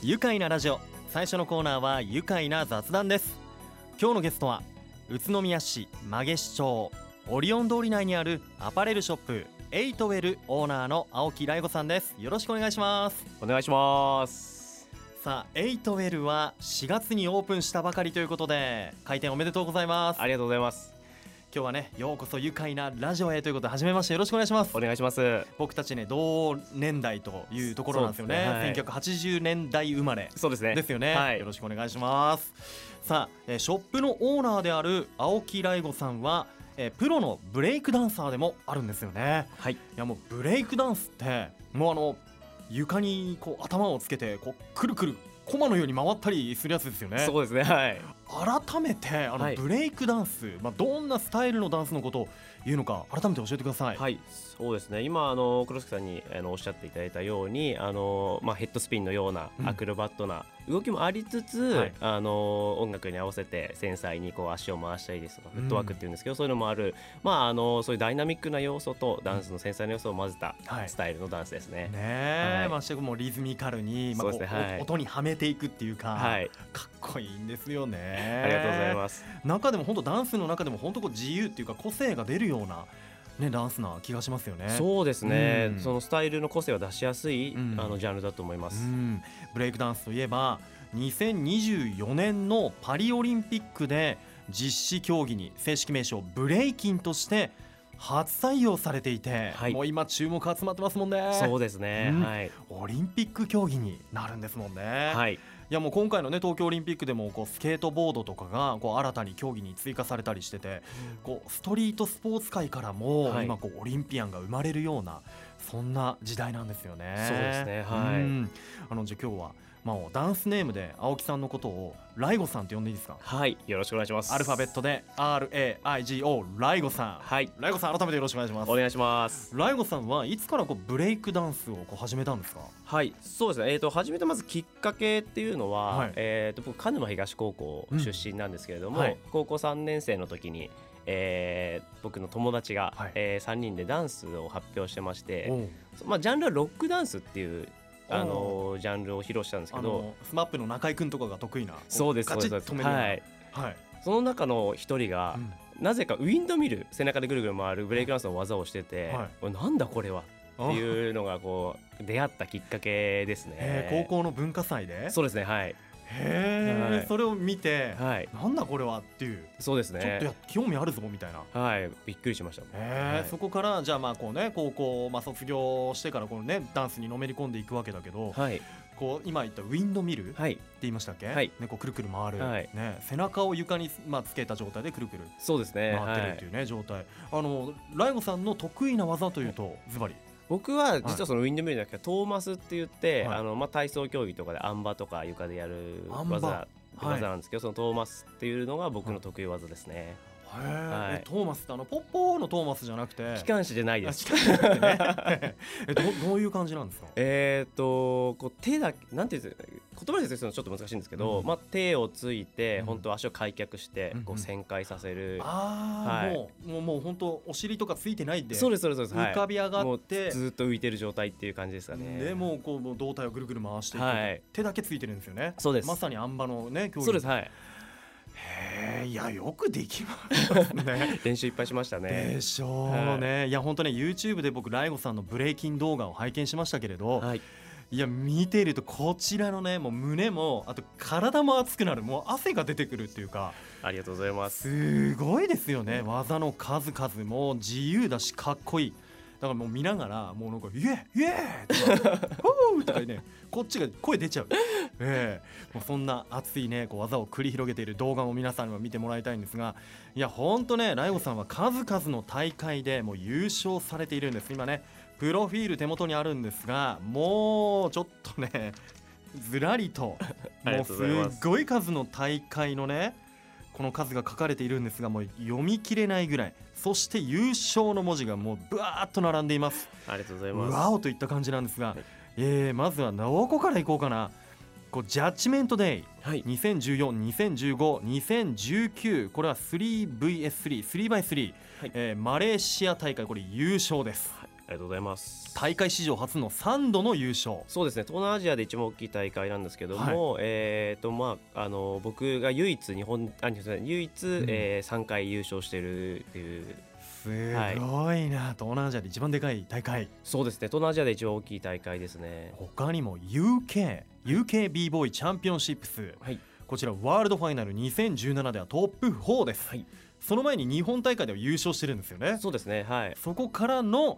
愉快なラジオ、最初のコーナーは愉快な雑談です。今日のゲストは宇都宮市馬毛市町オリオン通り内にあるアパレルショップエイトウェルオーナーの青木来吾さんです。よろしくお願いします。 お願いします。 さあ、エイトウェルは4月にオープンしたばかりということで開店おめでとうございます。 ありがとうございます。 今日はね、ようこそ愉快なラジオへということで、初めましてよろしくお願いします。 お願いします。 僕たちね、同年代というところなんですよね。1980年代生まれそうですね。 ですよね、 はい、 よろしくお願いします。さあ、ショップのオーナーである青木来吾さんはプロのブレイクダンサーでもあるんですよね。 はい。 いや、もうブレイクダンスってもう床にこう頭をつけてこうくるくるコマのように回ったりするやつですよね。 そうですね。はい。 改めてはい、 ブレイクダンス、どんなスタイルのダンスのことを言うのか改めて教えてください。 はい、そうですね。今黒助さんにおっしゃっていただいたようにヘッドスピンのようなアクロバットな動きもありつつ、はい、音楽に合わせて繊細にこう足を回したりですとかフットワークっていうんですけど、そういうのもある、そういうダイナミックな要素とダンスの繊細な要素を混ぜたスタイルのダンスですね。 ましてもリズミカルに、音にはめていくっていうか、かっこいいんですよね。 ありがとうございます。 中でも本当ダンスの中でも本当こう自由っていうか個性が出るようなダンスな気がしますよね。 そうですね、そのスタイルの個性を出しやすい、ジャンルだと思います。 ブレイクダンスといえば2024年のパリオリンピックで実施競技に正式名称ブレイキンとして初採用されていて、もう今注目集まってますもんね。 そうですね、 オリンピック競技になるんですもんね。いや、もう今回のね東京オリンピックでもこうスケートボードとかがこう新たに競技に追加されたりしてて、こうストリートスポーツ界からも今こうオリンピアンが生まれるようなそんな時代なんですよね。 そうですね。 じゃあ今日はダンスネームで青木さんのことを来吾さんって呼んでいいですか？ はい、よろしくお願いします。 アルファベットで RAIGO 来吾さん。 はい、 来吾さん、改めてよろしくお願いします。 お願いします。 来吾さんはいつからこうブレイクダンスをこう始めたんですか？ はい、そうですね。始めたまずきっかけっていうのは、僕鹿沼東高校出身なんですけれども、高校3年生の時に僕の友達が、3人でダンスを発表してまして、ジャンルはロックダンスっていうジャンルを披露したんですけど、 スマップの中居君とかが得意な、 そうですガチッと止めるような、 その中の一人が、なぜかウィンドミル、背中でぐるぐる回るブレイクダンスの技をしてて、なんだこれはっていうのがこう出会ったきっかけですね。 高校の文化祭で？そうですね。それを見て、なんだこれはっていう、 そうですね、 ちょっと興味あるぞみたいな、 びっくりしました。 そこからじゃあこうね、高校卒業してからこのねダンスにのめり込んでいくわけだけど、こう今言ったウィンドミルって言いましたっけ？こうくるくる回る、背中を床につけた状態でくるくる回ってるっていうね状態。来吾さんの得意な技というとズバリ？ 僕は実はそのウィンドミルじゃなくてトーマスって言って、体操競技とかであん馬とか床でやる技なんですけど、そのトーマスっていうのが僕の得意技ですね。 トーマスってポッポーのトーマスじゃなくて？ 機関士じゃないです。 どういう感じなんですか？ こう手だけなんていうんですか、言葉で説明するのちょっと難しいんですけど、手をついて本当足を開脚してこう旋回させる。 もう本当お尻とかついてないで、 そうです浮かび上がってずっと浮いてる状態っていう感じですかね。 でもうこう胴体をぐるぐる回していく、手だけついてるんですよね。 そうです。 まさにあん馬のね競技。 そうです。 いや、よくできますね。 練習いっぱいしましたね。 でしょうね。いや本当ね、 YouTube で僕来吾さんのブレイキン動画を拝見しましたけれど、いや見ているとこちらのね、もう胸もあと体も熱くなる、もう汗が出てくるっていうか。 ありがとうございます。 すごいですよね。技の数々も自由だしかっこいい。だからもう見ながらもうなんかイエーイエーとかフーとかね、こっちが声出ちゃう。もうそんな熱いねこう技を繰り広げている動画を皆さんには見てもらいたいんですが、いや本当ね、来吾さんは数々の大会でもう優勝されているんです。今ねプロフィール手元にあるんですが、もうちょっとねずらりともうすごい数の大会のねこの数が書かれているんですが、もう読み切れないぐらい、そして優勝の文字がもうブワーッと並んでいます。 ありがとうございます。 ワオといった感じなんですが、まずはどこからいこうかな。こうジャッジメントデイ、2014、2015、2019、これは 3vs3、3x3、マレーシア大会、これ優勝です。 ありがとうございます。 大会史上初の3度の優勝。 そうですね、東南アジアで一番大きい大会なんですけども、僕が唯一唯一、3回優勝しているっていう。 すごいな、東南アジアで一番でかい大会。 そうですね、東南アジアで一番大きい大会ですね。 他にも UK ボーイチャンピオンシップス、はい、こちらワールドファイナル2017ではトップ4です、はい、その前に日本大会では優勝してるんですよね。 そうですね、はい。 そこからの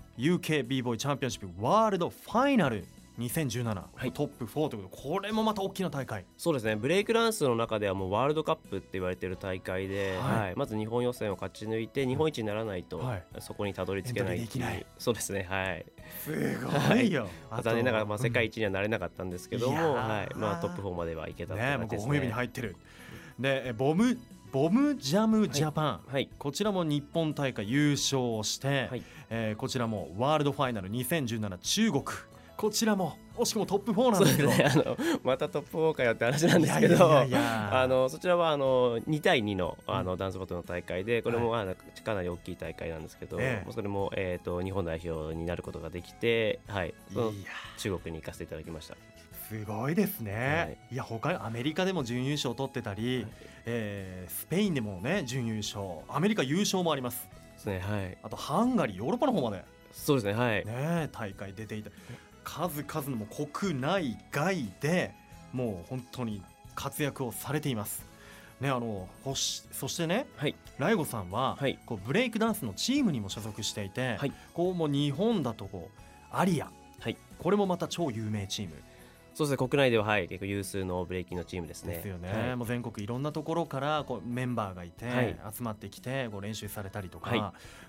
UK ボーイチャンピオンシップワールドファイナル2017、はい、トップ4ということで、これもまた大きな大会。 そうですね、ブレイクダンスの中ではもうワールドカップって言われている大会で、はい、まず日本予選を勝ち抜いて日本一にならないと、はい、そこにたどり着けないっていう。そうですね、はい。 すごいよ、 はい、残念ながら世界一にはなれなかったんですけども、はい、トップ4まではいけたって感じですね。 5本指に入ってる。でボムジャムジャパン、はいはい、こちらも日本大会優勝して、はい、こちらもワールドファイナル2017中国、こちらも惜しくもトップ4なんですけど、 ね、またトップ4かよって話なんですけど、そちらは2対2の、ダンスバトルの大会で、これもかなり大きい大会なんですけど、それも、日本代表になることができて、はい、中国に行かせていただきました。 すごいですね、はい、いや他にアメリカでも準優勝を取ってたり、はい、スペインでもね準優勝、アメリカ優勝もありますですね、はい、 あとハンガリー、ヨーロッパの方まで、 そうですね、はい、 ね、大会出ていた、数々のも国内外でもう本当に活躍をされていますね。そしてね、はい、ライゴさんは、はい、こうブレイクダンスのチームにも所属していて、はい、こうもう日本だとアリア、はい、これもまた超有名チーム。 そうですね、国内では、はい、結構有数のブレイキンのチームですね。 ですよね、はい、もう全国いろんなところからメンバーがいて、はい、集まってきて練習されたりとか、はい、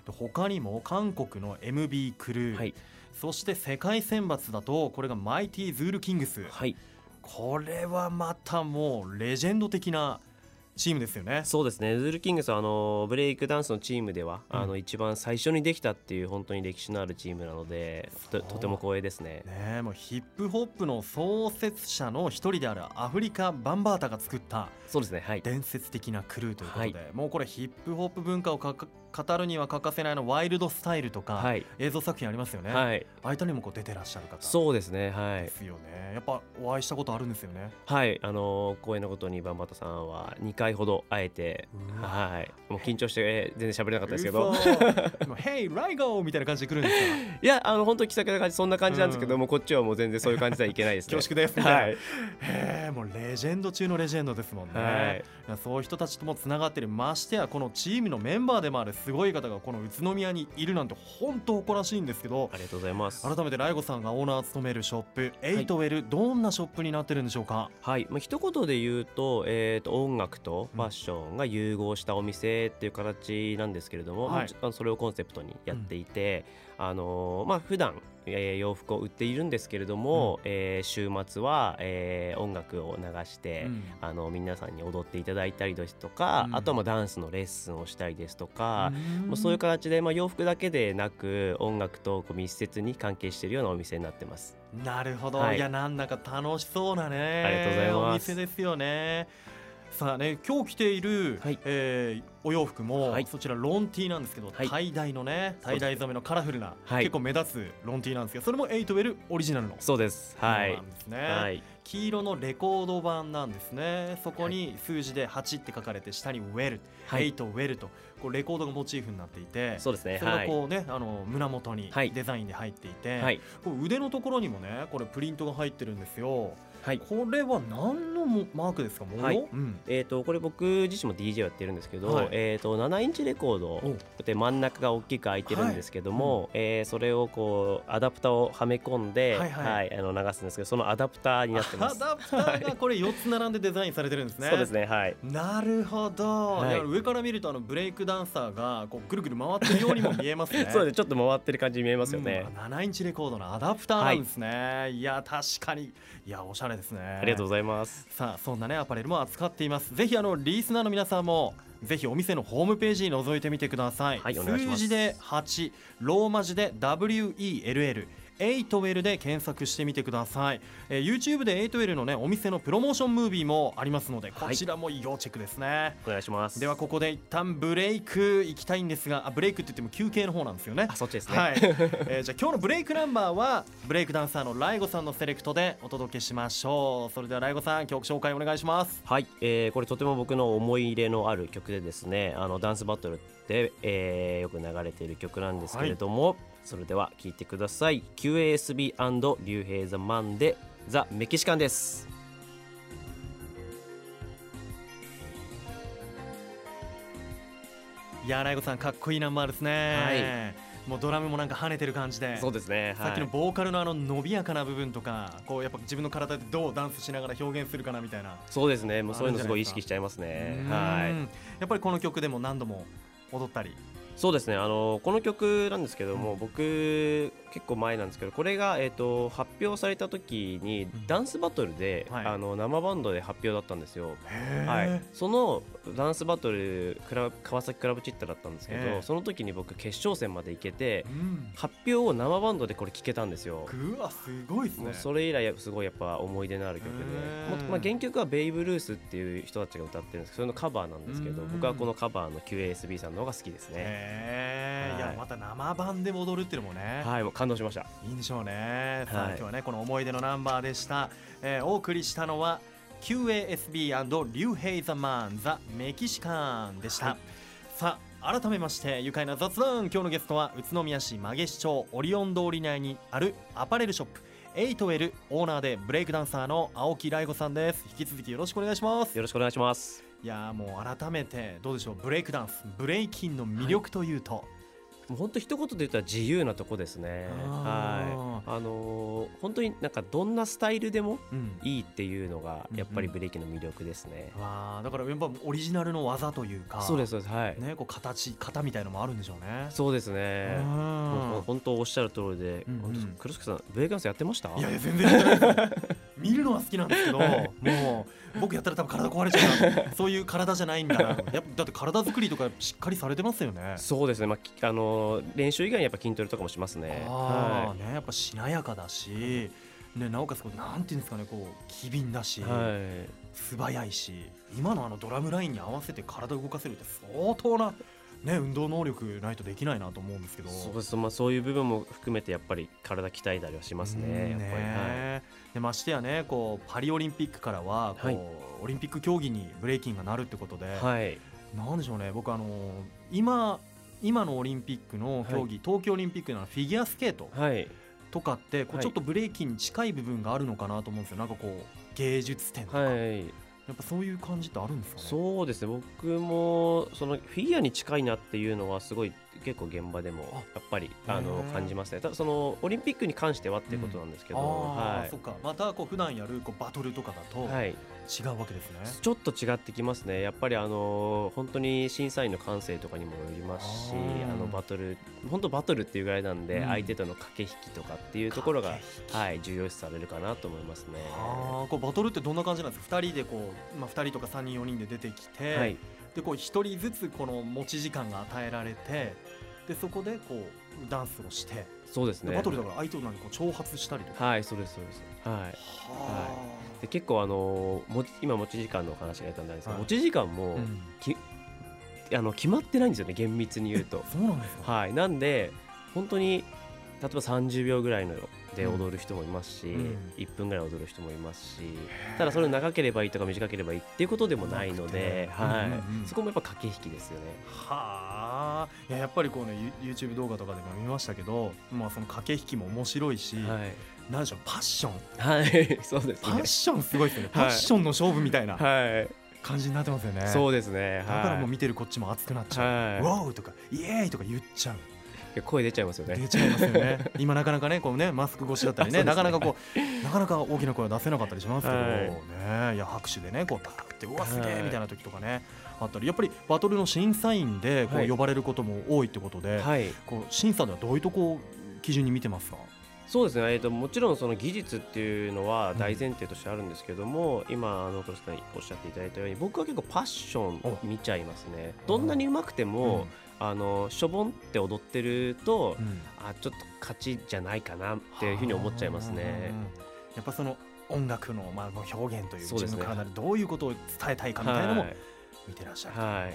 他にも韓国の MB クルー、はい、そして世界選抜だとこれがマイティズールキングス、はい、これはまたもうレジェンド的なチームですよね。 そうですね、ズールキングスはブレイクダンスのチームでは、一番最初にできたっていう本当に歴史のあるチームなので、とても光栄ですね。 もうヒップホップの創設者の一人であるアフリカ・バンバータが作った、 そうですね、はい、 伝説的なクルーということで、はい、もうこれヒップホップ文化を語るには欠かせないワイルドスタイルとか、はい、映像作品ありますよね、はい、ああいったにも出てらっしゃる方。 そうですね、はい、 ですよね。やっぱお会いしたことあるんですよね。 はい、光栄なことにバンバタさんは2回ほど会えて、はい、もう緊張して全然喋れなかったですけどヘイライゴーみたいな感じで来るんですか？ いや、本当に気さくな感じ、そんな感じなんですけども、こっちはもう全然そういう感じではいけないですね。 恐縮です、はい、もうレジェンド中のレジェンドですもんね、はい、そういう人たちともつながってる。ましてやこのチームのメンバーでもあるすごい方がこの宇都宮にいるなんて本当誇らしいんですけど、 ありがとうございます。 改めてライゴさんがオーナーを務めるショップエイトウェル、どんなショップになってるんでしょうか？ はい、一言で言うと、音楽とファッションが融合したお店っていう形なんですけれども、はい、それをコンセプトにやっていて、普段洋服を売っているんですけれども、週末は、音楽を流して、皆さんに踊っていただいたりですとか、あとはダンスのレッスンをしたりですとか、そういう形で、洋服だけでなく音楽と密接に関係しているようなお店になってます。 なるほど、はい、いやなんだか楽しそうなね、 ありがとうございます、 お店ですよね。さあね、今日着ている、はい、お洋服も、はい、そちらロンティーなんですけど、はい、タイダイのね、タイダイ染めのカラフルな、はい、結構目立つロンティーなんですけど、それもエイトウェルオリジナルの。 そうです、はい、 なんですね、はい、黄色のレコード版なんですね。そこに数字で8って書かれて、下にウェル、はい、エイトウェルとこうレコードがモチーフになっていて、 そうですね、 それがこうね、胸元にデザインで入っていて、はい、こう腕のところにもね、これプリントが入ってるんですよ。はい、これは何のマークですか？ はい、これ僕自身も DJ をやってるんですけど、はい、7インチレコードで真ん中が大きく開いてるんですけども、はい、それをこうアダプターをはめ込んで、はいはい、流すんですけど、そのアダプターになってます。 アダプターがこれ4つ並んでデザインされてるんですね。 そうですね、はい、 なるほど、はい、上から見るとブレイクダンサーがこうぐるぐる回ってるようにも見えますね。 そうです、ちょっと回ってる感じに見えますよね。 7インチレコードのアダプターなんですね、はい、いや確かに、いやおしゃれですね。 ありがとうございます。 さあ、そんなねアパレルも扱っています。ぜひリスナーの皆さんもぜひお店のホームページに覗いてみてください。 はい、お願いします。 数字で8、ローマ字で WELL エイトウェルで検索してみてください。YouTube でエイトウェルのねお店のプロモーションムービーもありますので、こちらも要チェックですね。 お願いします。 ではここで一旦ブレイクいきたいんですが、ブレイクって言っても休憩の方なんですよね。 そっちですね。 はい。じゃあ今日のブレイクナンバーはブレイクダンサーのライゴさんのセレクトでお届けしましょう。それではライゴさん、曲紹介お願いします。 はい、これとても僕の思い入れのある曲でですね、ダンスバトルで、よく流れている曲なんですけれども、それでは聴いてください。 QASB& リュウヘイザマンでザ・メキシカンです。 いやー、ライゴさんかっこいいナンバーですね。もうドラムもなんか跳ねてる感じで、 そうですね、 さっきのボーカルの伸びやかな部分とか、こうやっぱ自分の体でどうダンスしながら表現するかなみたいな。 そうですね、もうそういうのすごい意識しちゃいますね。 やっぱりこの曲でも何度も踊ったり。 そうですね、この曲なんですけども、僕結構前なんですけど、これが、発表された時にダンスバトルで、生バンドで発表だったんですよ。そのダンスバトル川崎クラブチッタだったんですけど、その時に僕決勝戦まで行けて、発表を生バンドでこれ聴けたんですよ。 うわ、すごいですね。 もうそれ以来すごいやっぱ思い出のある曲で、原曲はベイブルースっていう人たちが歌ってるんですけど、それのカバーなんですけど、僕はこのカバーの QASB さんの方が好きですね。 いや、また生版で踊るっていうのもね、 もう感動しました。 いいんでしょうね。さあ、今日はねこの思い出のナンバーでした。お送りしたのは QASB& リュウヘイザマンザ・メキシカンでした。さあ、改めまして愉快な雑談、今日のゲストは宇都宮市曲市町オリオン通り内にあるアパレルショップエイトウェルオーナーでブレイクダンサーの青木ライゴさんです。引き続きよろしくお願いします。 よろしくお願いします。 いやもう改めてどうでしょう、ブレイクダンス、ブレイキンの魅力というと。 もう本当一言で言ったら自由なとこですね。本当になんかどんなスタイルでもいいっていうのがやっぱりブレイキンの魅力ですね。 だからやっぱオリジナルの技というか、 そうですそうです、 ね、こう型みたいのもあるんでしょうね。 そうですね。本当おっしゃる通りで、黒助さんブレイクダンスやってました？ いや全然やってないです。見るのは好きなんですけど、もう僕やったら多分体壊れちゃうそういう体じゃないんだな。だって体作りとかしっかりされてますよね。 そうですね、練習以外にやっぱ筋トレとかもしますね。 ね、やっぱしなやかだし、ね、なおかつなんていうんですかね、こう機敏だし、素早いし、今のドラムラインに合わせて体を動かせるって相当なね、運動能力ないとできないなと思うんですけど。 そうです、そういう部分も含めてやっぱり体鍛えたりはしますね。やっぱりでましてやね、こうパリオリンピックからはこう、オリンピック競技にブレイキンがなるってことで、なんでしょうね、僕今のオリンピックの競技、東京オリンピックのフィギュアスケートとかってこうちょっとブレイキンに近い部分があるのかなと思うんですよ。なんかこう芸術点とか、やっぱそういう感じってあるんですかね。 そうですね、僕もそのフィギュアに近いなっていうのはすごい結構現場でもやっぱり感じますね。ただそのオリンピックに関してはっていうことなんですけど、 そっか、またこう普段やるこうバトルとかだと違うわけですね。 ちょっと違ってきますね。やっぱり本当に審査員の感性とかにもよりますし、バトル本当バトルっていうぐらいなんで、相手との駆け引きとかっていうところが重要視されるかなと思いますね。 こうバトルってどんな感じなんですか。2人でこう、2人とか3人4人で出てきて、でこう1人ずつこの持ち時間が与えられて、でそこでこうダンスをして、 そうですね、 バトルだから相手をこう挑発したりとか。 そうですそうです。で結構今持ち時間のお話が出たんですけど、持ち時間も、決まってないんですよね、厳密に言うと。 そうなんですか。 なんで本当に例えば30秒ぐらいので踊る人もいますし、1分ぐらい踊る人もいますし、ただそれ長ければいいとか短ければいいっていうことでもないので、そこもやっぱ駆け引きですよね。 いや、やっぱりこうね YouTube 動画とかでも見ましたけど、その駆け引きも面白いし、なんでしょう、パッション、 そうですね、 パッションすごいですよね。パッションの勝負みたいな感じになってますよね。 そうですね、 だからもう見てるこっちも熱くなっちゃう。ワーとかイエーイとか言っちゃう。 声出ちゃいますよね。 出ちゃいますよね。今なかなかね、こうね、マスク越しだったりね、なかなか大きな声は出せなかったりしますけどね。いや、拍手でね、こうパーってうわすげえみたいな時とかねあったり、やっぱりバトルの審査員でこう呼ばれることも多いってことで、こう審査ではどういうとこ基準に見てますか。 そうですね、もちろんその技術っていうのは大前提としてあるんですけども、今黒須さんにおっしゃっていただいたように、僕は結構パッションを見ちゃいますね。どんなに上手くても、 しょぼんって踊ってると、 うんちょっと勝ちじゃないかなっていうふうに思っちゃいますね。 やっぱその音楽の表現という、 そうですね、 自分の体でどういうことを伝えたいかみたいなのもはい見てらっしゃる、 はい、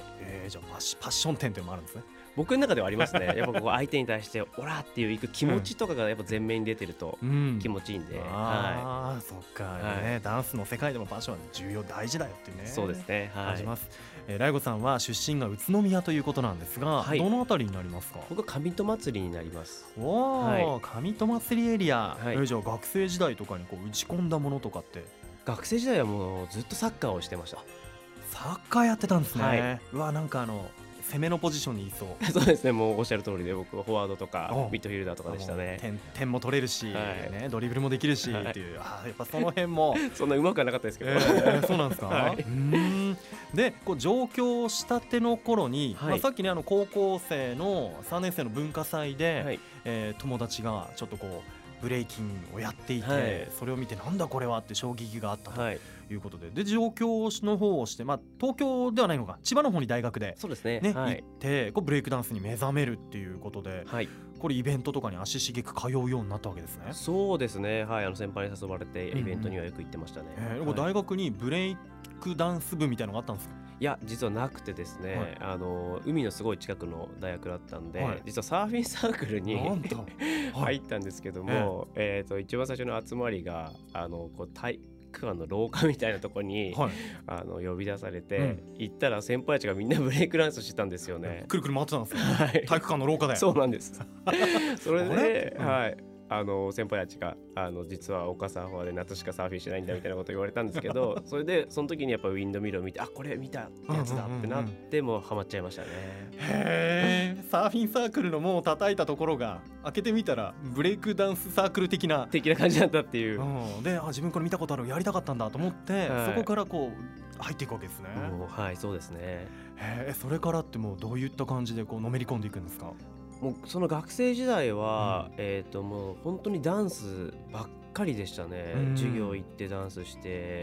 じゃあパッション点というのもあるんですね。 僕の中ではありますね。やっぱこう相手に対してオラっていういく気持ちとかがやっぱ前面に出てると気持ちいいんで、 そっか、ダンスの世界でもパッションは重要大事だよっていうね。 そうですね、 感じます。ライゴさんは出身が宇都宮ということなんですが、どのあたりになりますか？ 僕は上戸祭りになります。 上戸祭りエリア、じゃあ学生時代とかにこう打ち込んだものとかって？ 学生時代はもうずっとサッカーをしてました。 サッカーやってたんですね。うわ、なんか攻めのポジションにいそう。 そうですね、もうおっしゃる通りで、僕はフォワードとかミッドフィルダーとかでしたね。 点も取れるし、ドリブルもできるしっていう、やっぱその辺もそんなうまくはなかったですけど、 そうなんですか。でこう上京したての頃に、さっきね高校生の3年生の文化祭で、友達がちょっとこうブレイキンをやっていて、それを見てなんだこれはって衝撃があったということで、上京の方をして、東京ではないのか、千葉の方に大学でそうですね、 行ってこうブレイクダンスに目覚めるっていうことで、これイベントとかに足しげく通うようになったわけですね。 そうですね、先輩に誘われてイベントにはよく行ってましたね。 大学にブレイクダンス部みたいなのがあったんですか？ いや、実はなくてですね、海のすごい近くの大学だったんで、実はサーフィンサークルに入ったんですけども、一番最初の集まりがこう体育館の廊下みたいなところに、呼び出されて、行ったら先輩たちがみんなブレイクダンスしてたんですよね。 くるくる回ってたんですよ、体育館の廊下で。 そうなんですそれで、先輩たちが実は岡さんはで夏しかサーフィンしないんだみたいなこと言われたんですけどそれでその時にやっぱウィンドミルを見て、これ見たやつだってなって、もうハマっちゃいましたね。 へー、サーフィンサークルの門を叩いたところが開けてみたらブレイクダンスサークル的な感じだったっていう、 で自分これ見たことある、やりたかったんだと思って、そこからこう入っていくわけですね。 そうですね。 それからってもうどういった感じでこうのめり込んでいくんですか？ もうその学生時代は、もう本当にダンスばっかりでしたね。授業行ってダンスして、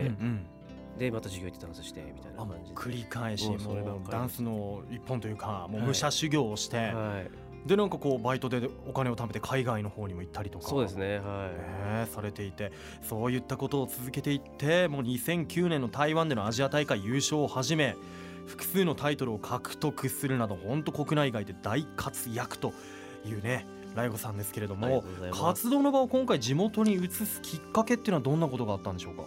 でまた授業行ってダンスしてみたいな感じで繰り返し、もうダンスの一本というか、もう武者修行をして、でなんかこうバイトでお金を貯めて海外の方にも行ったりとか、 そうですね、 されていて、そういったことを続けていって、もう2009年の台湾でのアジア大会優勝をはじめ複数のタイトルを獲得するなど、本当国内外で大活躍というねライゴさんですけれども、活動の場を今回地元に移すきっかけっていうのはどんなことがあったんでしょうか？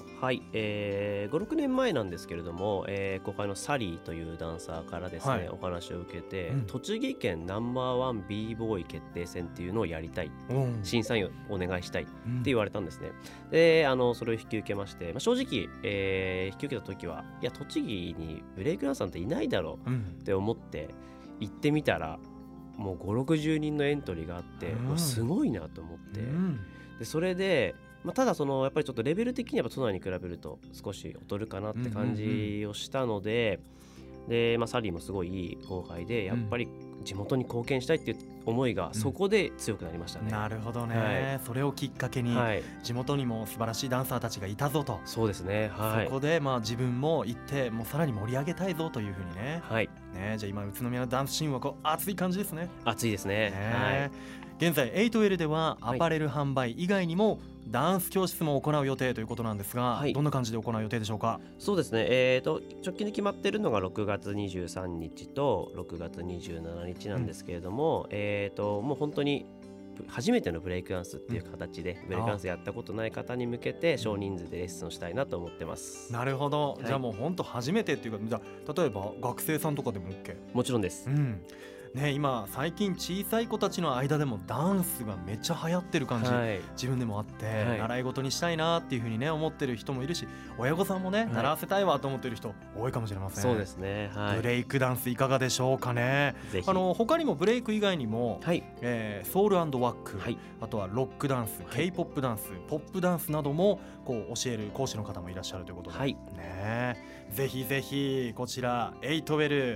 5、6年前なんですけれども、後輩のサリーというダンサーからですね、お話を受けて、栃木県No.1 b ボーイ決定戦っていうのをやりたい、審査員をお願いしたいって言われたんですね。でそれを引き受けまして、正直、引き受けた時は、いや栃木にブレイクダンサーなんていないだろうって思って行ってみたら、もう5、60人のエントリーがあって、すごいなと思って、でそれで、ただやっぱりちょっとレベル的には都内に比べると少し劣るかなって感じをしたので、サリーもすごいいい後輩で、やっぱり地元に貢献したいっていう思いがそこで強くなりましたね。 なるほどね、それをきっかけに、地元にも素晴らしいダンサーたちがいたぞと。 そうですね、 そこで自分も行ってもうさらに盛り上げたいぞというふうにね。じゃあ今宇都宮のダンスシーンはこう熱い感じですね。 熱いですね。 現在 8L ではアパレル販売以外にもダンス教室も行う予定ということなんですが、どんな感じで行う予定でしょうか？ そうですね、直近で決まっているのが6月23日と6月27日なんですけれども、もう本当に初めてのブレイクダンスっていう形で、ブレイクダンスやったことない方に向けて少人数でレッスンをしたいなと思ってます。 なるほど、じゃあもう本当初めてっていうか、じゃあ例えば学生さんとかでも OK？ もちろんです。 今最近小さい子たちの間でもダンスがめっちゃ流行ってる感じ、自分でもあって、習い事にしたいなっていうふうにね思ってる人もいるし、親御さんもね、習わせたいわと思ってる人多いかもしれません。 そうですね、 ブレイクダンスいかがでしょうかね。他にもブレイク以外にも、ソウル&ワック、あとはロックダンス、K-POP ダンス、ポップダンスなどもこう教える講師の方もいらっしゃるということで、ぜひぜひこちら8L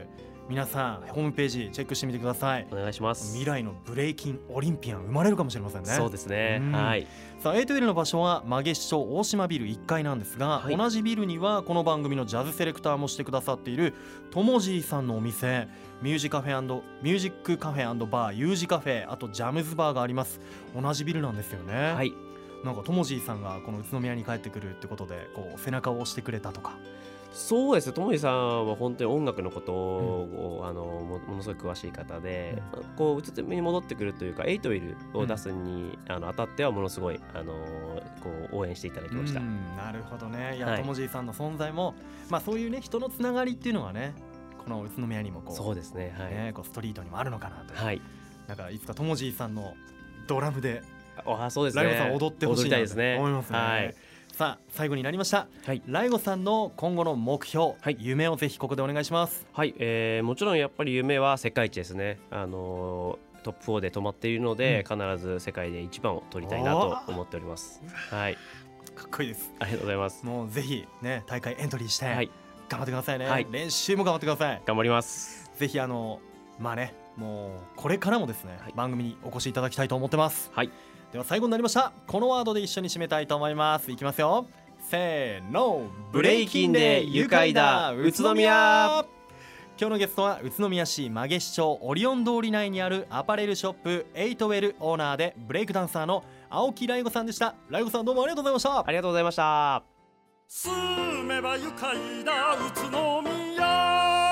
皆さんホームページチェックしてみてください。 お願いします。 未来のブレイキンオリンピアン生まれるかもしれませんね。 そうですね、はい。 さあ 8L の場所は曲げ市町大島ビル1階なんですが、同じビルにはこの番組のジャズセレクターもしてくださっているともじいさんのお店、ミュージックカフェ&バーユージカフェ、あとジャムズバーがあります。同じビルなんですよね。 はい。 なんかともじいさんがこの宇都宮に帰ってくるってことでこう背中を押してくれたとか。 そうですね、ともじさんは本当に音楽のことを、ものすごい詳しい方で、こう宇都宮に戻ってくるというかエイトウィルを出すに、当たってはものすごい、こう応援していただきました。 なるほどね。いや、ともじいさんの存在も、そういうね人のつながりっていうのがねこの宇都宮にもこう、 そうですね、はい、 こうストリートにもあるのかなと。 はい。 なんかいつかともじいさんのドラムでそうですね、 ライゴさん踊ってほしいなと思いますね。 はい。 さあ最後になりました、ライゴさんの今後の目標、夢をぜひここでお願いします。 はい、もちろんやっぱり夢は世界一ですね。トップ4で止まっているので、必ず世界で一番を取りたいなと思っております。はい、 かっこいいです。 ありがとうございます。 もうぜひね大会エントリーして、頑張ってくださいね。練習も頑張ってください。 頑張ります。 ぜひもうこれからもですね、番組にお越しいただきたいと思ってます。はい。では最後になりました。このワードで一緒に締めたいと思います。いきますよ。せーの、 ブレイキンで愉快だ宇都宮。 今日のゲストは宇都宮市曲げ市町オリオン通り内にあるアパレルショップ8Lオーナーでブレイクダンサーの青木ライゴさんでした。ライゴさんどうもありがとうございました。 ありがとうございました。 住めば愉快だ宇都宮。